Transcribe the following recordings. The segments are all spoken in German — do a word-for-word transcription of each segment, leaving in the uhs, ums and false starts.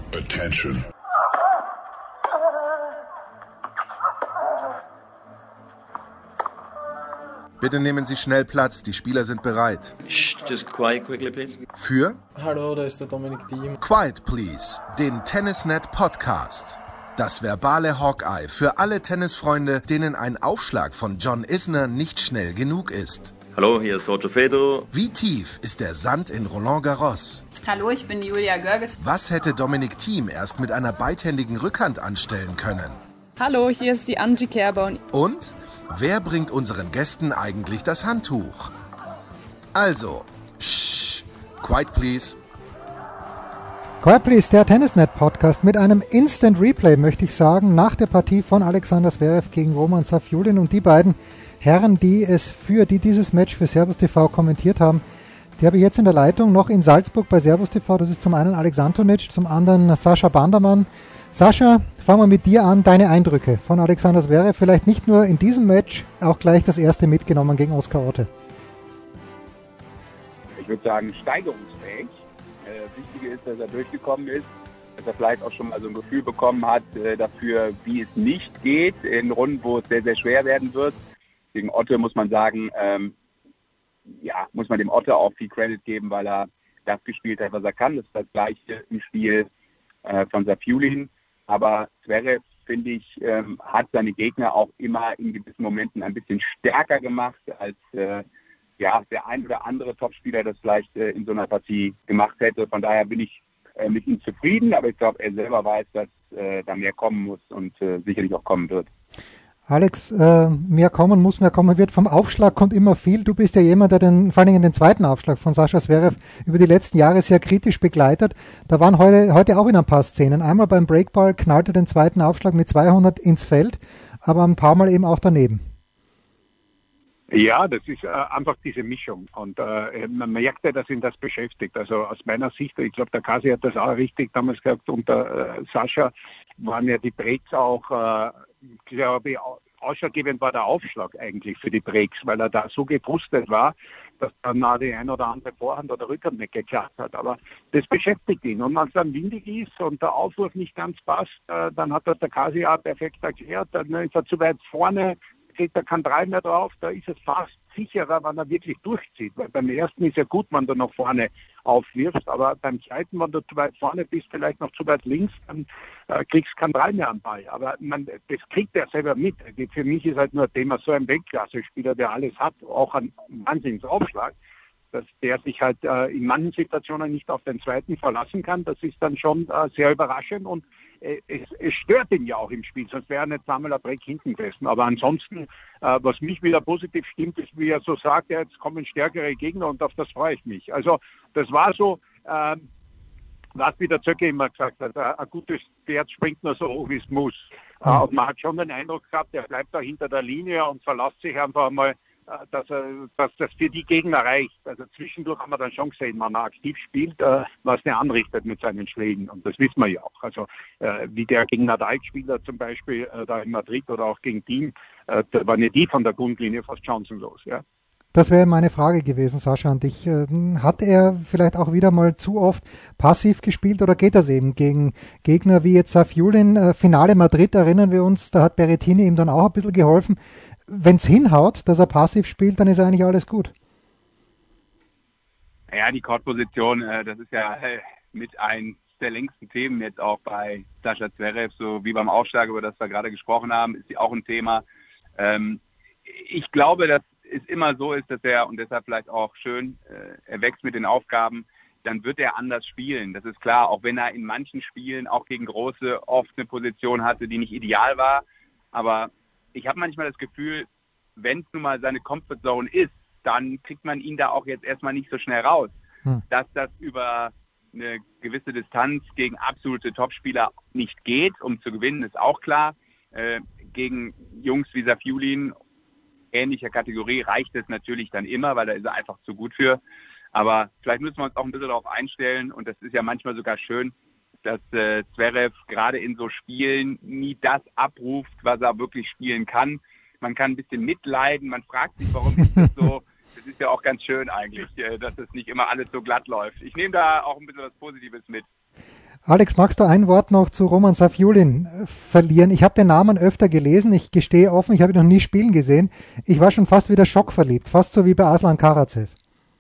Attention. Bitte nehmen Sie schnell Platz, die Spieler sind bereit. Just quiet quickly, please. Für Hallo, da ist der Dominik Thiem. Quiet Please, den Tennisnet Podcast. Das verbale Hawkeye für alle Tennisfreunde, denen ein Aufschlag von John Isner nicht schnell genug ist. Hallo, hier ist Roger Federer. Wie tief ist der Sand in Roland Garros? Hallo, ich bin Julia Görges. Was hätte Dominik Thiem erst mit einer beidhändigen Rückhand anstellen können? Hallo, hier ist die Angie Kerber. Und wer bringt unseren Gästen eigentlich das Handtuch? Also, shh, quiet please. Quiet Please, der Tennisnet-Podcast mit einem Instant Replay, möchte ich sagen, nach der Partie von Alexander Zverev gegen Roman Safiullin. Und die beiden Herren, die es für die dieses Match für Servus T V kommentiert haben, die habe ich jetzt in der Leitung, noch in Salzburg bei Servus T V. Das ist zum einen Alex Antonic, zum anderen Sascha Bandermann. Sascha, fangen wir mit dir an. Deine Eindrücke von Alexander Zverev, vielleicht nicht nur in diesem Match, auch gleich das erste mitgenommen gegen Oskar Otte. Ich würde sagen, steigerungsfähig. Äh, wichtig ist, dass er durchgekommen ist, dass er vielleicht auch schon mal so ein Gefühl bekommen hat äh, dafür, wie es nicht geht, in Runden, wo es sehr, sehr schwer werden wird. Gegen Otte muss man sagen, ähm, ja, muss man dem Otte auch viel Credit geben, weil er das gespielt hat, was er kann. Das ist das Gleiche im Spiel äh, von Safiullin. Aber Zverev, finde ich, ähm, hat seine Gegner auch immer in gewissen Momenten ein bisschen stärker gemacht, als äh, ja, der ein oder andere Topspieler das vielleicht äh, in so einer Partie gemacht hätte. Von daher bin ich äh, mit ihm zufrieden, aber ich glaube, er selber weiß, dass äh, da mehr kommen muss und äh, sicherlich auch kommen wird. Alex, äh, mehr kommen muss, mehr kommen wird. Vom Aufschlag kommt immer viel. Du bist ja jemand, der den, vor allen Dingen den zweiten Aufschlag von Sascha Zverev über die letzten Jahre sehr kritisch begleitet. Da waren heute, heute auch wieder ein paar Szenen. Einmal beim Breakball knallte den zweiten Aufschlag mit zweihundert ins Feld, aber ein paar Mal eben auch daneben. Ja, das ist äh, einfach diese Mischung und äh, man merkt ja, dass ihn das beschäftigt. Also aus meiner Sicht, ich glaube, der Kasi hat das auch richtig damals gesagt, unter äh, Sascha waren ja die Breaks auch, äh, glaube ich, ausschlaggebend war der Aufschlag eigentlich für die Breaks, weil er da so gefrustet war, dass dann die ein oder andere Vorhand oder Rückhand nicht geklappt hat. Aber das beschäftigt ihn. Und wenn es dann windig ist und der Aufwurf nicht ganz passt, äh, dann hat das der Kasi auch perfekt erklärt. Dann ist er zu weit vorne, kriegt er keinen Drei mehr drauf, da ist es fast sicherer, wenn er wirklich durchzieht. Weil beim ersten ist ja gut, wenn du nach vorne aufwirfst, aber beim zweiten, wenn du zu weit vorne bist, vielleicht noch zu weit links, dann äh, kriegst du keinen Drei mehr am Ball. Aber man, das kriegt er selber mit. Für mich ist halt nur ein Thema, so ein Weltklasse-Spieler, der alles hat, auch ein Wahnsinnsaufschlag, dass der sich halt äh, in manchen Situationen nicht auf den zweiten verlassen kann. Das ist dann schon äh, sehr überraschend und äh, es, es stört ihn ja auch im Spiel, sonst wäre er nicht zweimal ein Break hinten gewesen. Aber ansonsten, äh, was mich wieder positiv stimmt, ist, wie er so sagt, ja, jetzt kommen stärkere Gegner und auf das freue ich mich. Also das war so, ähm, was wie der Zöcke immer gesagt hat, ein, ein gutes Pferd springt nur so hoch, wie es muss. Mhm. Äh, und man hat schon den Eindruck gehabt, er bleibt da hinter der Linie und verlässt sich einfach mal, dass, er, dass das für die Gegner reicht. Also zwischendurch haben wir dann schon gesehen, wenn er aktiv spielt, äh, was er anrichtet mit seinen Schlägen. Und das wissen wir ja auch. Also äh, wie der gegen Nadal gespielt hat zum Beispiel, äh, da in Madrid oder auch gegen Thiem, äh, da waren ja die von der Grundlinie fast chancenlos. Ja. Das wäre meine Frage gewesen, Sascha, an dich. Hat er vielleicht auch wieder mal zu oft passiv gespielt oder geht das eben gegen Gegner wie jetzt Safiullin? Finale Madrid, erinnern wir uns, da hat Berrettini ihm dann auch ein bisschen geholfen. Wenn es hinhaut, dass er passiv spielt, dann ist eigentlich alles gut. Ja, die Court-Position, äh, das ist ja äh, mit einem der längsten Themen jetzt auch bei Sascha Zverev, so wie beim Aufschlag, über das wir gerade gesprochen haben, ist sie auch ein Thema. Ähm, ich glaube, dass es immer so ist, dass er, und deshalb vielleicht auch schön, äh, er wächst mit den Aufgaben, dann wird er anders spielen. Das ist klar, auch wenn er in manchen Spielen auch gegen Große oft eine Position hatte, die nicht ideal war. Aber ich habe manchmal das Gefühl, wenn es nun mal seine Comfortzone ist, dann kriegt man ihn da auch jetzt erstmal nicht so schnell raus. Hm. Dass das über eine gewisse Distanz gegen absolute Topspieler nicht geht, um zu gewinnen, ist auch klar. Äh, gegen Jungs wie Safiullin, ähnlicher Kategorie, reicht es natürlich dann immer, weil da ist er einfach zu gut für. Aber vielleicht müssen wir uns auch ein bisschen darauf einstellen, und das ist ja manchmal sogar schön, dass äh, Zverev gerade in so Spielen nie das abruft, was er wirklich spielen kann. Man kann ein bisschen mitleiden, man fragt sich, warum ist das so? Das ist ja auch ganz schön eigentlich, äh, dass es nicht immer alles so glatt läuft. Ich nehme da auch ein bisschen was Positives mit. Alex, magst du ein Wort noch zu Roman Safiullin verlieren? Ich habe den Namen öfter gelesen, ich gestehe offen, ich habe ihn noch nie spielen gesehen. Ich war schon fast wieder schockverliebt, fast so wie bei Aslan Karatsev.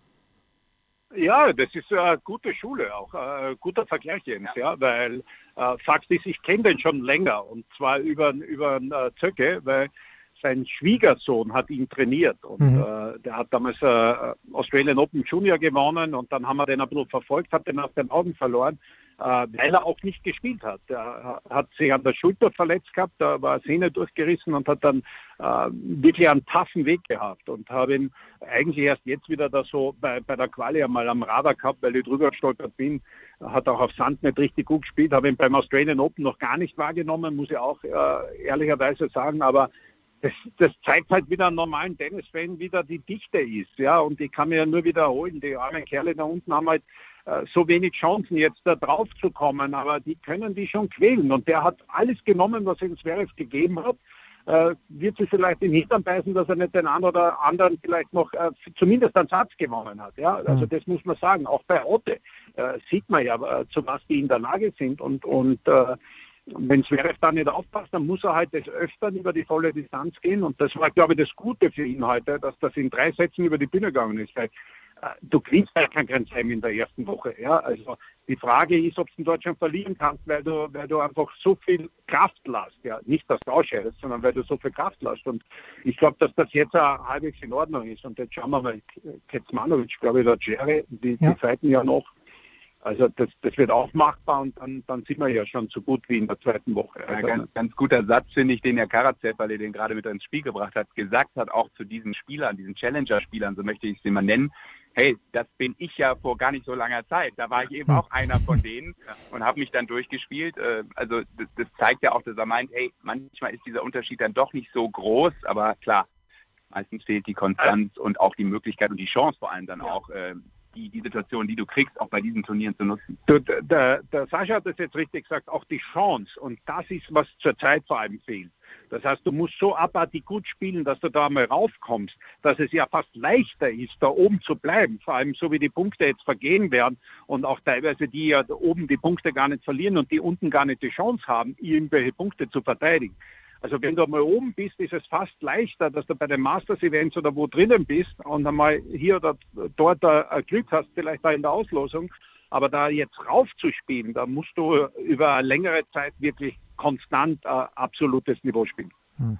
Ja, das ist eine gute Schule, auch ein guter Vergleich, Jens, ja, weil äh, Fakt ist, ich kenne den schon länger und zwar über, über äh, Zöcke, weil sein Schwiegersohn hat ihn trainiert und mhm. äh, der hat damals äh, Australian Open Junior gewonnen und dann haben wir den ein bisschen verfolgt, hat den aus den Augen verloren, äh, weil er auch nicht gespielt hat. Er hat sich an der Schulter verletzt gehabt, da war Sehne durchgerissen und hat dann äh, wirklich einen taffen Weg gehabt und habe ihn eigentlich erst jetzt wieder da so bei, bei der Quali einmal am Radar gehabt, weil ich drüber gestolpert bin, hat auch auf Sand nicht richtig gut gespielt, habe ihn beim Australian Open noch gar nicht wahrgenommen, muss ich auch äh, ehrlicherweise sagen, aber Das, das zeigt halt wieder einen normalen Tennis-Fan, wie da die Dichte ist, ja, und ich kann mir ja nur wiederholen, die armen Kerle da unten haben halt äh, so wenig Chancen, jetzt da drauf zu kommen, aber die können die schon quälen und der hat alles genommen, was ihm Zverev gegeben hat, äh, wird sich vielleicht in den Hintern beißen, dass er nicht den einen oder anderen vielleicht noch äh, zumindest einen Satz gewonnen hat, ja, also das muss man sagen, auch bei Otte äh, sieht man ja, äh, zu was die in der Lage sind und, und äh, wenn Zverev da nicht aufpasst, dann muss er halt des Öfteren über die volle Distanz gehen. Und das war, glaube ich, das Gute für ihn heute, dass das in drei Sätzen über die Bühne gegangen ist. Weil, äh, du gewinnst halt kein Grand Slam in der ersten Woche. Ja? Also die Frage ist, ob du in Deutschland verlieren kannst, weil du, weil du einfach so viel Kraft lässt. Ja? Nicht, dass du ausscheidest, sondern weil du so viel Kraft lässt. Und ich glaube, dass das jetzt auch halbwegs in Ordnung ist. Und jetzt schauen wir mal, Kecmanovic, glaube ich, der Jerry, die, ja. die fighten ja noch. Also das, das wird auch machbar und dann, dann sind wir ja schon so gut wie in der zweiten Woche. Also ja, ganz, ganz guter Satz, finde ich, den Herr Karatsev, weil er den gerade mit ins Spiel gebracht hat, gesagt hat, auch zu diesen Spielern, diesen Challenger-Spielern, so möchte ich sie mal nennen. Hey, das bin ich ja vor gar nicht so langer Zeit. Da war ich eben auch einer von denen und habe mich dann durchgespielt. Also das, das zeigt ja auch, dass er meint, hey, manchmal ist dieser Unterschied dann doch nicht so groß, aber klar, meistens fehlt die Konstanz und auch die Möglichkeit und die Chance vor allem dann auch, Die, die Situation, die du kriegst, auch bei diesen Turnieren zu nutzen. Du, der, der Sascha hat das jetzt richtig gesagt, auch die Chance. Und das ist, was zurzeit vor allem fehlt. Das heißt, du musst so abartig gut spielen, dass du da mal raufkommst, dass es ja fast leichter ist, da oben zu bleiben. Vor allem so, wie die Punkte jetzt vergehen werden und auch teilweise die ja da oben die Punkte gar nicht verlieren und die unten gar nicht die Chance haben, irgendwelche Punkte zu verteidigen. Also wenn du mal oben bist, ist es fast leichter, dass du bei den Masters-Events oder wo drinnen bist und einmal hier oder dort ein Glück hast, vielleicht da in der Auslosung. Aber da jetzt raufzuspielen, da musst du über eine längere Zeit wirklich konstant äh, absolutes Niveau spielen.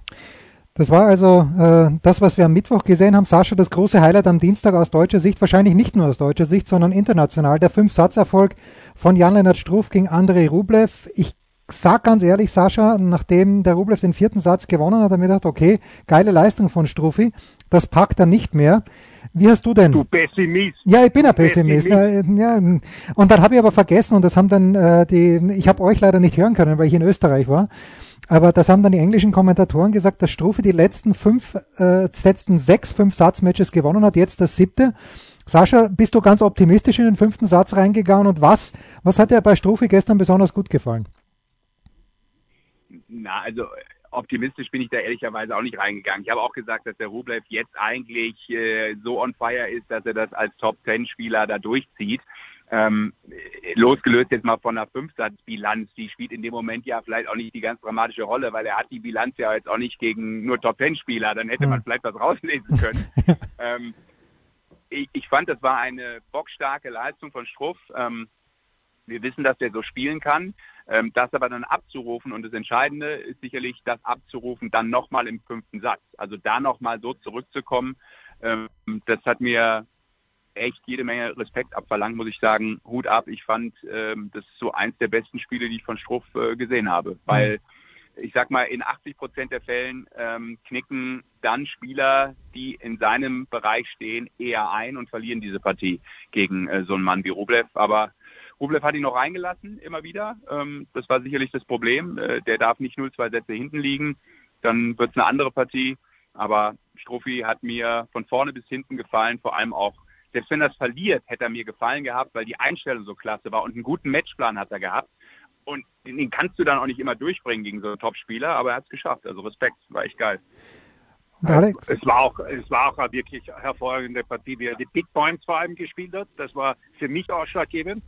Das war also äh, das, was wir am Mittwoch gesehen haben. Sascha, das große Highlight am Dienstag aus deutscher Sicht, wahrscheinlich nicht nur aus deutscher Sicht, sondern international. Der Fünf-Satz-Erfolg von Jan-Lennart Struff gegen Andrei Rublev. Ich sag ganz ehrlich, Sascha, nachdem der Rublev den vierten Satz gewonnen hat, hat er mir gedacht, okay, geile Leistung von Struffi, das packt er nicht mehr. Wie hast du denn? Du Pessimist. Ja, ich bin ein Pessimist. Pessimist. Ja, und dann habe ich aber vergessen, und das haben dann äh, die, ich habe euch leider nicht hören können, weil ich in Österreich war, aber das haben dann die englischen Kommentatoren gesagt, dass Struffi die letzten fünf, äh, letzten sechs Fünf-Satz-Matches gewonnen hat, jetzt das siebte. Sascha, bist du ganz optimistisch in den fünften Satz reingegangen und was, was hat dir bei Struffi gestern besonders gut gefallen? Na, also optimistisch bin ich da ehrlicherweise auch nicht reingegangen. Ich habe auch gesagt, dass der Rublev jetzt eigentlich äh, so on fire ist, dass er das als Top-Zehn-Spieler da durchzieht. Ähm, losgelöst jetzt mal von der Fünfsatzbilanz, die spielt in dem Moment ja vielleicht auch nicht die ganz dramatische Rolle, weil er hat die Bilanz ja jetzt auch nicht gegen nur Top-Zehn-Spieler, dann hätte man vielleicht was rauslesen können. ähm, ich, ich fand, das war eine bockstarke Leistung von Struff. Ähm, wir wissen, dass der so spielen kann. Ähm, das aber dann abzurufen und das Entscheidende ist sicherlich, das abzurufen dann nochmal im fünften Satz. Also da nochmal so zurückzukommen, ähm, das hat mir echt jede Menge Respekt abverlangt, muss ich sagen. Hut ab, ich fand, ähm, das ist so eins der besten Spiele, die ich von Struff äh, gesehen habe. Weil, ich sag mal, in achtzig Prozent der Fällen ähm, knicken dann Spieler, die in seinem Bereich stehen, eher ein und verlieren diese Partie gegen äh, so einen Mann wie Rublev. Aber Rublev hat ihn noch reingelassen, immer wieder. Ähm, das war sicherlich das Problem. Äh, der darf nicht null zwei Sätze hinten liegen. Dann wird es eine andere Partie. Aber Struffi hat mir von vorne bis hinten gefallen. Vor allem auch, selbst wenn er es verliert, hätte er mir gefallen gehabt, weil die Einstellung so klasse war. Und einen guten Matchplan hat er gehabt. Und den kannst du dann auch nicht immer durchbringen gegen so einen Top-Spieler. Aber er hat es geschafft. Also Respekt, war echt geil. Alex? Es war auch, es war auch eine wirklich hervorragende Partie, wie er die Big Points vor allem gespielt hat. Das war für mich ausschlaggebend.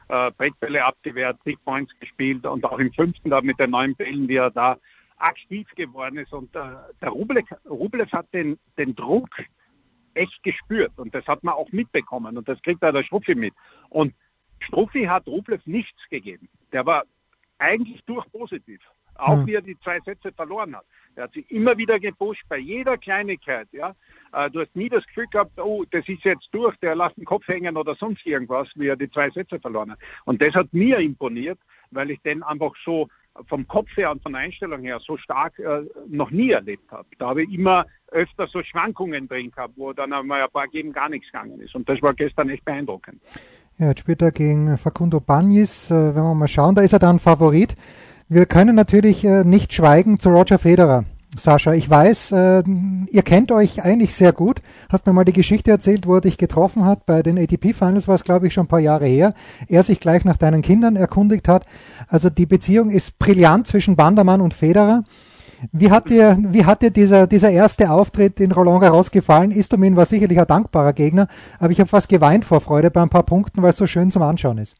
äh, Brettbälle abgewehrt, Three Points gespielt und auch im fünften da mit den neuen Bällen, wie er da aktiv geworden ist. Und äh, der Rublev, Rublev hat den, den Druck echt gespürt und das hat man auch mitbekommen und das kriegt auch der Struffi mit. Und Struffi hat Rublev nichts gegeben. Der war eigentlich durchpositiv, auch hm. wie er die zwei Sätze verloren hat. Er hat sich immer wieder gepusht bei jeder Kleinigkeit. Ja, äh, du hast nie das Gefühl gehabt, oh, das ist jetzt durch, der lässt den Kopf hängen oder sonst irgendwas, wie er die zwei Sätze verloren hat. Und das hat mir imponiert, weil ich den einfach so vom Kopf her und von der Einstellung her so stark äh, noch nie erlebt habe. Da habe ich immer öfter so Schwankungen drin gehabt, wo dann einmal ein paar Geben gar nichts gegangen ist. Und das war gestern echt beeindruckend. Ja, jetzt spielt er gegen Facundo Bagnis. Äh, wenn wir mal schauen, da ist er dann Favorit. Wir können natürlich äh, nicht schweigen zu Roger Federer. Sascha, ich weiß, äh, ihr kennt euch eigentlich sehr gut. Hast mir mal die Geschichte erzählt, wo er dich getroffen hat. Bei den A T P Finals war es, glaube ich, schon ein paar Jahre her. Er sich gleich nach deinen Kindern erkundigt hat. Also die Beziehung ist brillant zwischen Bandermann und Federer. Wie hat dir, wie hat dir dieser, dieser erste Auftritt in Roland Garros gefallen? Istomin war sicherlich ein dankbarer Gegner, aber ich habe fast geweint vor Freude bei ein paar Punkten, weil es so schön zum Anschauen ist.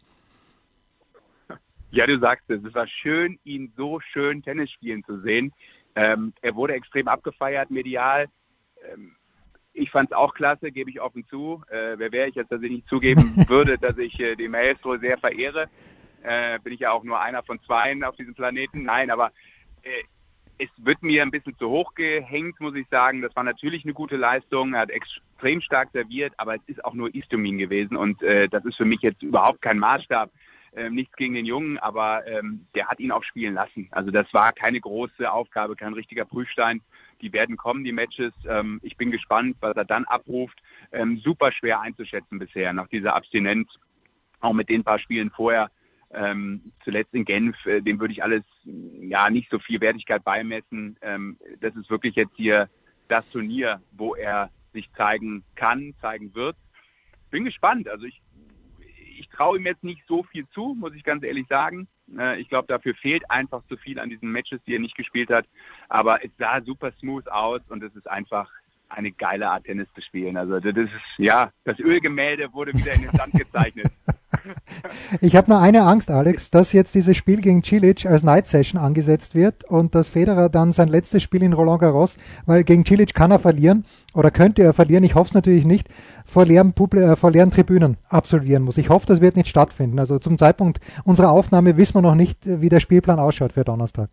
Ja, du sagst es. Es war schön, ihn so schön Tennis spielen zu sehen. Ähm, er wurde extrem abgefeiert, medial. Ähm, ich fand es auch klasse, gebe ich offen zu. Äh, wer wäre ich jetzt, dass ich nicht zugeben würde, dass ich äh, den Maestro sehr verehre. Äh, bin ich ja auch nur einer von zweien auf diesem Planeten. Nein, aber äh, es wird mir ein bisschen zu hoch gehängt, muss ich sagen. Das war natürlich eine gute Leistung. Er hat extrem stark serviert, aber es ist auch nur Istomin gewesen. Und äh, das ist für mich jetzt überhaupt kein Maßstab. Ähm, nichts gegen den Jungen, aber ähm, der hat ihn auch spielen lassen. Also das war keine große Aufgabe, kein richtiger Prüfstein. Die werden kommen, die Matches. Ähm, ich bin gespannt, was er dann abruft. Ähm, super schwer einzuschätzen bisher, nach dieser Abstinenz. Auch mit den paar Spielen vorher. Ähm, zuletzt in Genf, äh, dem würde ich alles, ja, nicht so viel Wertigkeit beimessen. Ähm, das ist wirklich jetzt hier das Turnier, wo er sich zeigen kann, zeigen wird. Bin gespannt. Also ich Ich traue ihm jetzt nicht so viel zu, muss ich ganz ehrlich sagen. Äh, ich glaube, dafür fehlt einfach zu viel an diesen Matches, die er nicht gespielt hat. Aber es sah super smooth aus und es ist einfach eine geile Art, Tennis zu spielen. Also das ist, ja, das Ölgemälde wurde wieder in den Sand gezeichnet. Ich habe nur eine Angst, Alex, dass jetzt dieses Spiel gegen Cilic als Night Session angesetzt wird und dass Federer dann sein letztes Spiel in Roland Garros, weil gegen Cilic kann er verlieren oder könnte er verlieren, ich hoffe es natürlich nicht, vor leeren, Publi- äh, vor leeren Tribünen absolvieren muss. Ich hoffe, das wird nicht stattfinden. Also zum Zeitpunkt unserer Aufnahme wissen wir noch nicht, wie der Spielplan ausschaut für Donnerstag.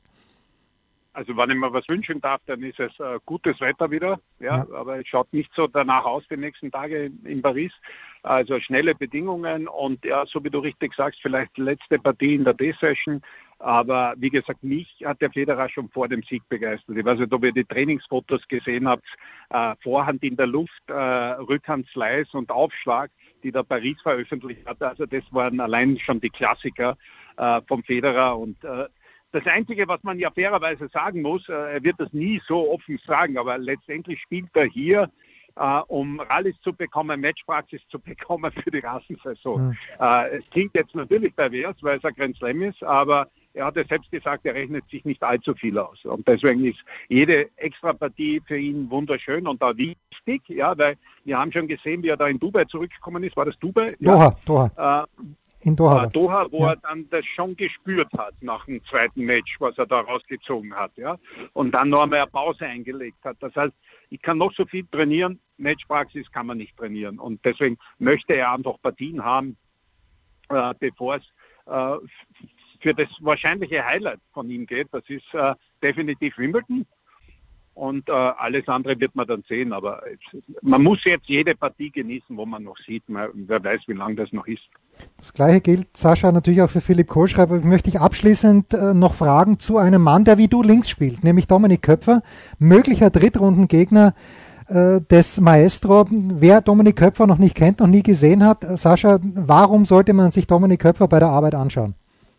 Also wenn ich mir was wünschen darf, dann ist es äh, gutes Wetter wieder. Ja, ja. Aber es schaut nicht so danach aus die nächsten Tage in, in Paris. Also schnelle Bedingungen und ja, so wie du richtig sagst, vielleicht letzte Partie in der D-Session. Aber wie gesagt, mich hat der Federer schon vor dem Sieg begeistert. Ich weiß nicht, ob ihr die Trainingsfotos gesehen habt. Äh, Vorhand in der Luft, äh, Rückhand Slice und Aufschlag, die der Paris veröffentlicht hat. Also das waren allein schon die Klassiker äh, vom Federer und äh, das Einzige, was man ja fairerweise sagen muss, äh, er wird das nie so offen sagen, aber letztendlich spielt er hier, äh, um Rallyes zu bekommen, Matchpraxis zu bekommen für die Rasensaison. Mhm. Äh, es klingt jetzt natürlich pervers, weil es ein Grand Slam ist, aber er hat ja selbst gesagt, er rechnet sich nicht allzu viel aus. Und deswegen ist jede Extrapartie für ihn wunderschön und auch wichtig, ja, weil wir haben schon gesehen, wie er da in Dubai zurückgekommen ist. War das Dubai? Doha, ja. Doha. Äh, In Doha. Äh, Doha, wo ja. er dann das schon gespürt hat nach dem zweiten Match, was er da rausgezogen hat, ja. Und dann noch einmal eine Pause eingelegt hat. Das heißt, ich kann noch so viel trainieren, Matchpraxis kann man nicht trainieren. Und deswegen möchte er einfach Partien haben, äh, bevor es äh, für das wahrscheinliche Highlight von ihm geht. Das ist äh, definitiv Wimbledon. Und äh, alles andere wird man dann sehen. Aber es, man muss jetzt jede Partie genießen, wo man noch sieht. Man, wer weiß, wie lange das noch ist. Das Gleiche gilt, Sascha, natürlich auch für Philipp Kohlschreiber. Ich möchte dich abschließend äh, noch fragen zu einem Mann, der wie du links spielt, nämlich Dominik Köpfer, möglicher Drittrundengegner äh, des Maestro. Wer Dominik Köpfer noch nicht kennt, noch nie gesehen hat, äh, Sascha, warum sollte man sich Dominik Köpfer bei der Arbeit anschauen?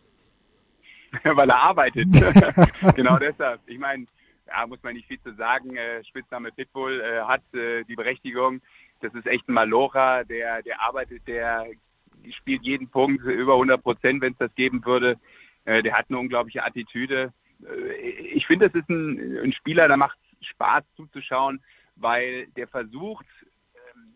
Weil er arbeitet. Genau deshalb. Ich meine, ja, muss man nicht viel zu sagen. Äh, Spitzname Pitbull äh, hat äh, die Berechtigung. Das ist echt ein Malocher, der, der arbeitet, der spielt jeden Punkt über hundert Prozent, wenn es das geben würde. Äh, der hat eine unglaubliche Attitüde. Äh, ich finde, das ist ein, ein Spieler, der macht Spaß zuzuschauen, weil der versucht,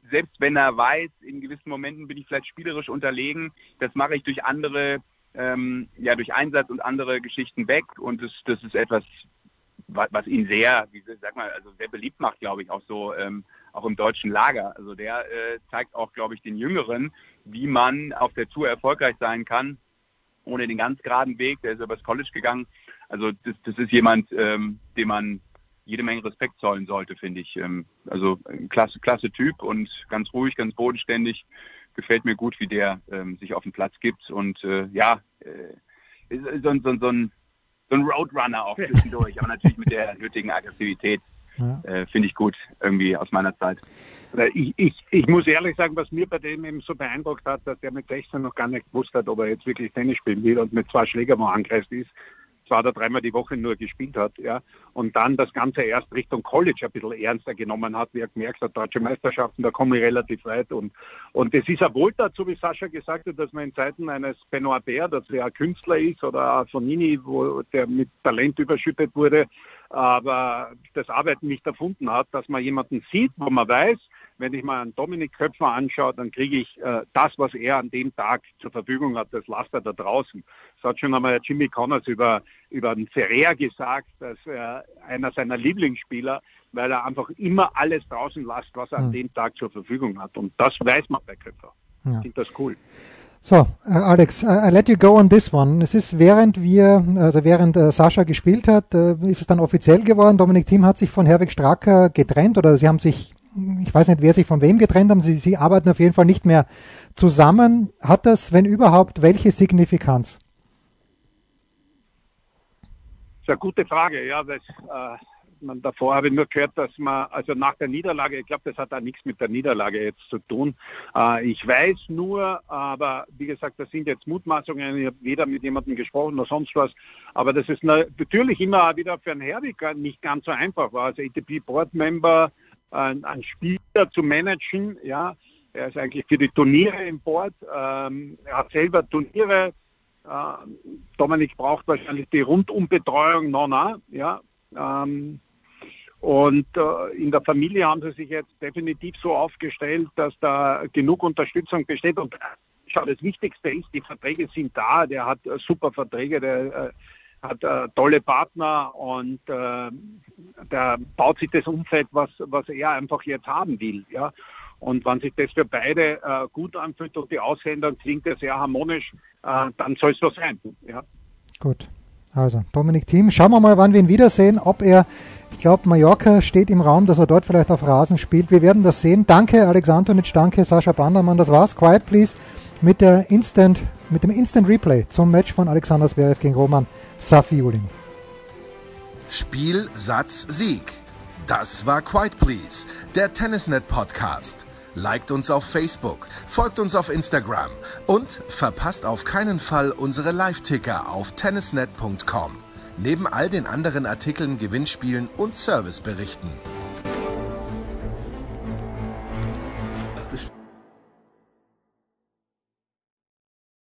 selbst wenn er weiß, in gewissen Momenten bin ich vielleicht spielerisch unterlegen, das mache ich durch andere, ähm, ja, durch Einsatz und andere Geschichten weg. Und das, das ist etwas, was, was ihn sehr, wie sag mal, also sehr beliebt macht, glaube ich, auch so, ähm, auch im deutschen Lager. Also der äh, zeigt auch, glaube ich, den Jüngeren, wie man auf der Tour erfolgreich sein kann, ohne den ganz geraden Weg. Der ist übers College gegangen. Also das, das ist jemand, ähm, dem man jede Menge Respekt zollen sollte, finde ich. Ähm, also ein klasse, klasse Typ und ganz ruhig, ganz bodenständig. Gefällt mir gut, wie der ähm, sich auf den Platz gibt. Und äh, ja, äh, ist so, so, so, ein, so ein Roadrunner auch zwischendurch, aber natürlich mit der nötigen Aggressivität. Ja. Äh, finde ich gut, irgendwie aus meiner Zeit. Ich, ich, ich muss ehrlich sagen, was mir bei dem eben so beeindruckt hat, dass der mit sechzehn noch gar nicht gewusst hat, ob er jetzt wirklich Tennis spielen will und mit zwei Schlägern mal angereist ist, zwei oder dreimal die Woche nur gespielt hat, ja, und dann das Ganze erst Richtung College ein bisschen ernster genommen hat, wie er gemerkt hat, deutsche Meisterschaften, da komme ich relativ weit und und es ist ja wohl dazu, wie Sascha gesagt hat, dass man in Zeiten eines Benoit Paire, dass er ein Künstler ist, oder ein Fonini, wo der mit Talent überschüttet wurde, aber das Arbeiten nicht erfunden hat, dass man jemanden sieht, wo man weiß, wenn ich mal einen Dominik Köpfer anschaue, dann kriege ich äh, das, was er an dem Tag zur Verfügung hat, das lasst er da draußen. Das hat schon einmal Jimmy Connors über, über den Ferrer gesagt, dass er einer seiner Lieblingsspieler, weil er einfach immer alles draußen lässt, was er mhm. an dem Tag zur Verfügung hat. Und das weiß man bei Köpfer. Ja. Ich finde das cool. So, uh, Alex, uh, I let you go on this one. Es ist, während wir, also während uh, Sascha gespielt hat, uh, ist es dann offiziell geworden. Dominik Thiem hat sich von Herwig Stracker getrennt, oder sie haben sich, ich weiß nicht, wer sich von wem getrennt haben, sie, sie arbeiten auf jeden Fall nicht mehr zusammen. Hat das, wenn überhaupt, welche Signifikanz? Das ist eine gute Frage, ja, weil äh, man, davor habe ich nur gehört, dass man, also nach der Niederlage, ich glaube, das hat auch nichts mit der Niederlage jetzt zu tun. Äh, ich weiß nur, aber wie gesagt, das sind jetzt Mutmaßungen, ich habe weder mit jemandem gesprochen noch sonst was, aber das ist natürlich immer wieder für einen Herwig nicht ganz so einfach war. Also A T P Board Member, ein, ein Spieler zu managen, ja, er ist eigentlich für die Turniere im Board, ähm, er hat selber Turniere, äh, Dominik braucht wahrscheinlich die Rundumbetreuung, no, na, ja, ähm, und äh, in der Familie haben sie sich jetzt definitiv so aufgestellt, dass da genug Unterstützung besteht. Und schau, das Wichtigste ist, die Verträge sind da, der hat äh, super Verträge, der äh, hat äh, tolle Partner und äh, der baut sich das Umfeld, was, was er einfach jetzt haben will. Ja? Und wenn sich das für beide äh, gut anfühlt und die Aushänder klingt das sehr harmonisch, äh, dann soll es so sein. Ja? Gut. Also, Dominik Thiem, schauen wir mal, wann wir ihn wiedersehen, ob er, ich glaube, Mallorca steht im Raum, dass er dort vielleicht auf Rasen spielt. Wir werden das sehen. Danke, Alex Antonic, danke, Sascha Bandermann, das war's. Quiet Please mit der Instant, mit dem Instant Replay zum Match von Alexander Zverev gegen Roman Safiullin. Spiel, Satz, Sieg. Das war Quiet Please, der Tennisnet Podcast. Liked uns auf Facebook, folgt uns auf Instagram und verpasst auf keinen Fall unsere Live-Ticker auf tennisnet punkt com. Neben all den anderen Artikeln, Gewinnspielen und Serviceberichten.